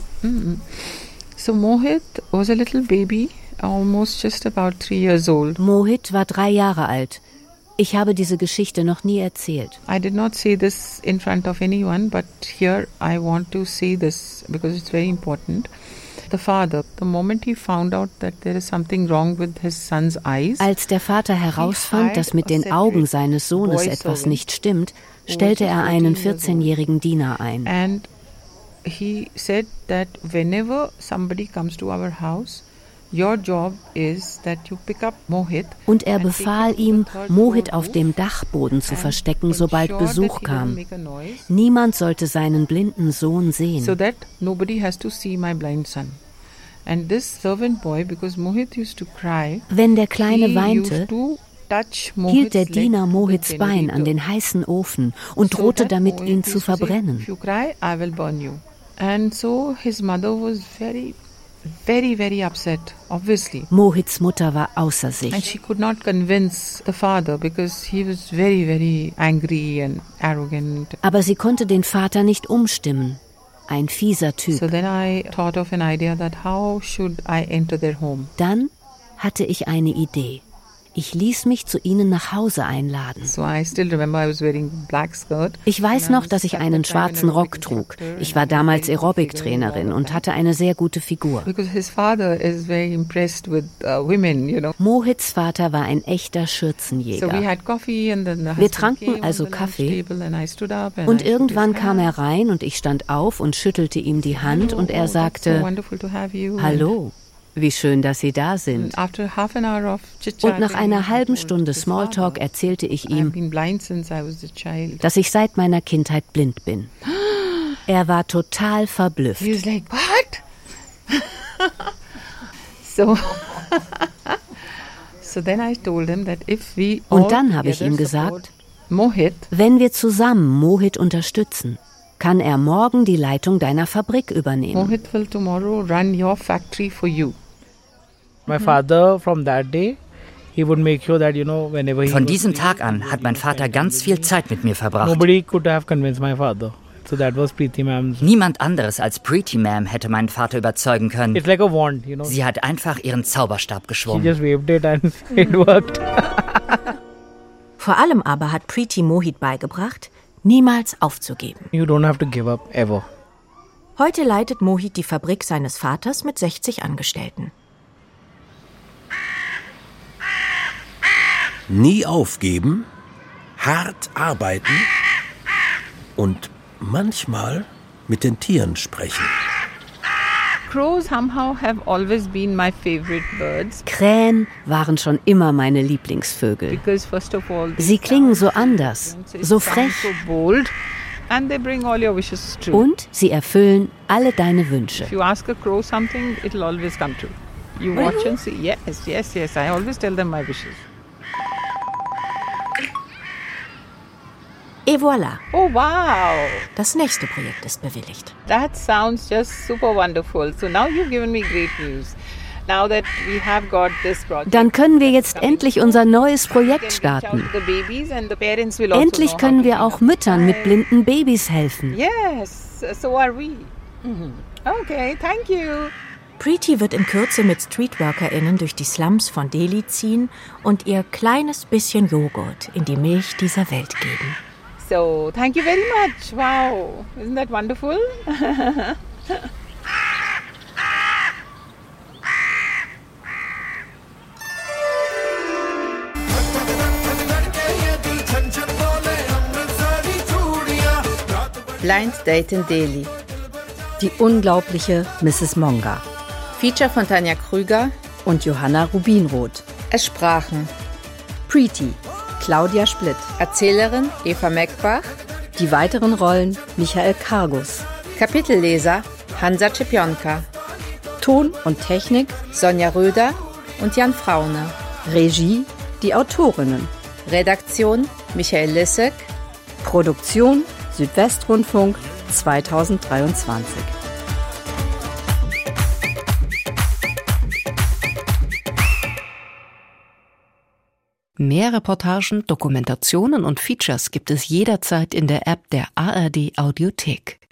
So Mohit was a little baby, almost just about 3 years old.
Mohit war 3 Jahre alt. Ich habe diese Geschichte noch nie erzählt.
I did not say this in front of anyone, but here I want to say this because it's very important. The father, the moment he found out that there is something wrong with his son's eyes.
Als der Vater herausfand, dass mit den Augen seines Sohnes etwas nicht stimmt, stellte er einen 14-jährigen Diener ein.
And he said that whenever somebody comes to our house, your job is that you pick up Mohit.
Und er befahl ihm, Mohit auf dem Dachboden zu verstecken, sobald Besuch kam. Niemand sollte seinen blinden Sohn sehen.
So that nobody has to see my blind son. And this servant boy, because Mohit used to cry,
wenn der Kleine weinte, hielt der Diener Mohits Bein an den heißen Ofen und drohte damit, ihn zu verbrennen.
If you cry, I will burn you. And so his mother was very, very upset, obviously.
Mohits Mutter war außer sich.
And she could not convince the father because he was very, very angry and arrogant.
Aber sie konnte den Vater nicht umstimmen. Ein fieser Typ.
So then I thought of an idea that how should I enter their home?
Dann hatte ich eine Idee. Ich ließ mich zu ihnen nach Hause einladen.
So I still remember I was wearing black skirt.
Ich weiß noch, dass ich einen schwarzen Rock trug. Ich war damals Aerobic-Trainerin und hatte eine sehr gute Figur.
Because his father is very impressed with women, you know.
Mohits Vater war ein echter Schürzenjäger.
So we had coffee and then
wir tranken also Kaffee und irgendwann kam er rein und ich stand auf und schüttelte ihm die Hand und er sagte, hallo. Wie schön, dass Sie da sind. Und nach einer halben Stunde Smalltalk erzählte ich ihm, dass ich seit meiner Kindheit blind bin. Er war total verblüfft.
He was like, what? So then I told him that if we all
Und dann habe ich ihm gesagt,
Mohit,
wenn wir zusammen Mohit unterstützen, kann er morgen die Leitung deiner Fabrik übernehmen.
Mohit will tomorrow run your factory for you.
My father from that day, he would make sure that, you know, whenever he
Von diesem Tag an hat mein Vater ganz viel Zeit mit mir verbracht.
Nobody could have convinced my father. So that was Preeti Ma'am's.
Niemand anderes als Preeti Ma'am hätte meinen Vater überzeugen können.
It's like a wand, you know.
Sie hat einfach ihren Zauberstab geschwungen.
She just waved it and it worked.
Vor allem aber hat Preeti Mohit beigebracht, niemals aufzugeben.
You don't have to give up, ever.
Heute leitet Mohit die Fabrik seines Vaters mit 60 Angestellten.
Nie aufgeben, hart arbeiten und manchmal mit den Tieren sprechen.
Crows somehow have always been my favorite birds.
Krähen waren schon immer meine Lieblingsvögel.
Because first of all,
sie klingen so anders, so frech.
So bold, and they bring all your wishes true.
Und sie erfüllen alle deine Wünsche.
If you ask a crow something, it'll always come true. You watch and see. Yes. I always tell them my wishes.
Et voilà.
Oh, wow.
Das nächste Projekt ist bewilligt.
That sounds just super wonderful. So now you've given me great news. Now that we have got this project.
Dann können wir jetzt endlich unser neues Projekt starten. Endlich können wir auch Müttern mit blinden Babys helfen.
Yes, so are we. Okay, thank you.
Preeti wird in Kürze mit StreetworkerInnen durch die Slums von Delhi ziehen und ihr kleines bisschen Joghurt in die Milch dieser Welt geben.
So, thank you very much. Wow, isn't that wonderful?
Blind Date in Delhi. Die unglaubliche Mrs. Monga. Feature von Tanja Krüger und Johanna Rubinroth. Es sprachen Preeti, Claudia Splitt, Erzählerin Eva Meckbach, die weiteren Rollen Michael Kargus, Kapitelleser Hansa Czepionka, Ton und Technik Sonja Röder und Jan Fraune, Regie die Autorinnen, Redaktion Michael Lissek, Produktion Südwestrundfunk 2023.
Mehr Reportagen, Dokumentationen und Features gibt es jederzeit in der App der ARD Audiothek.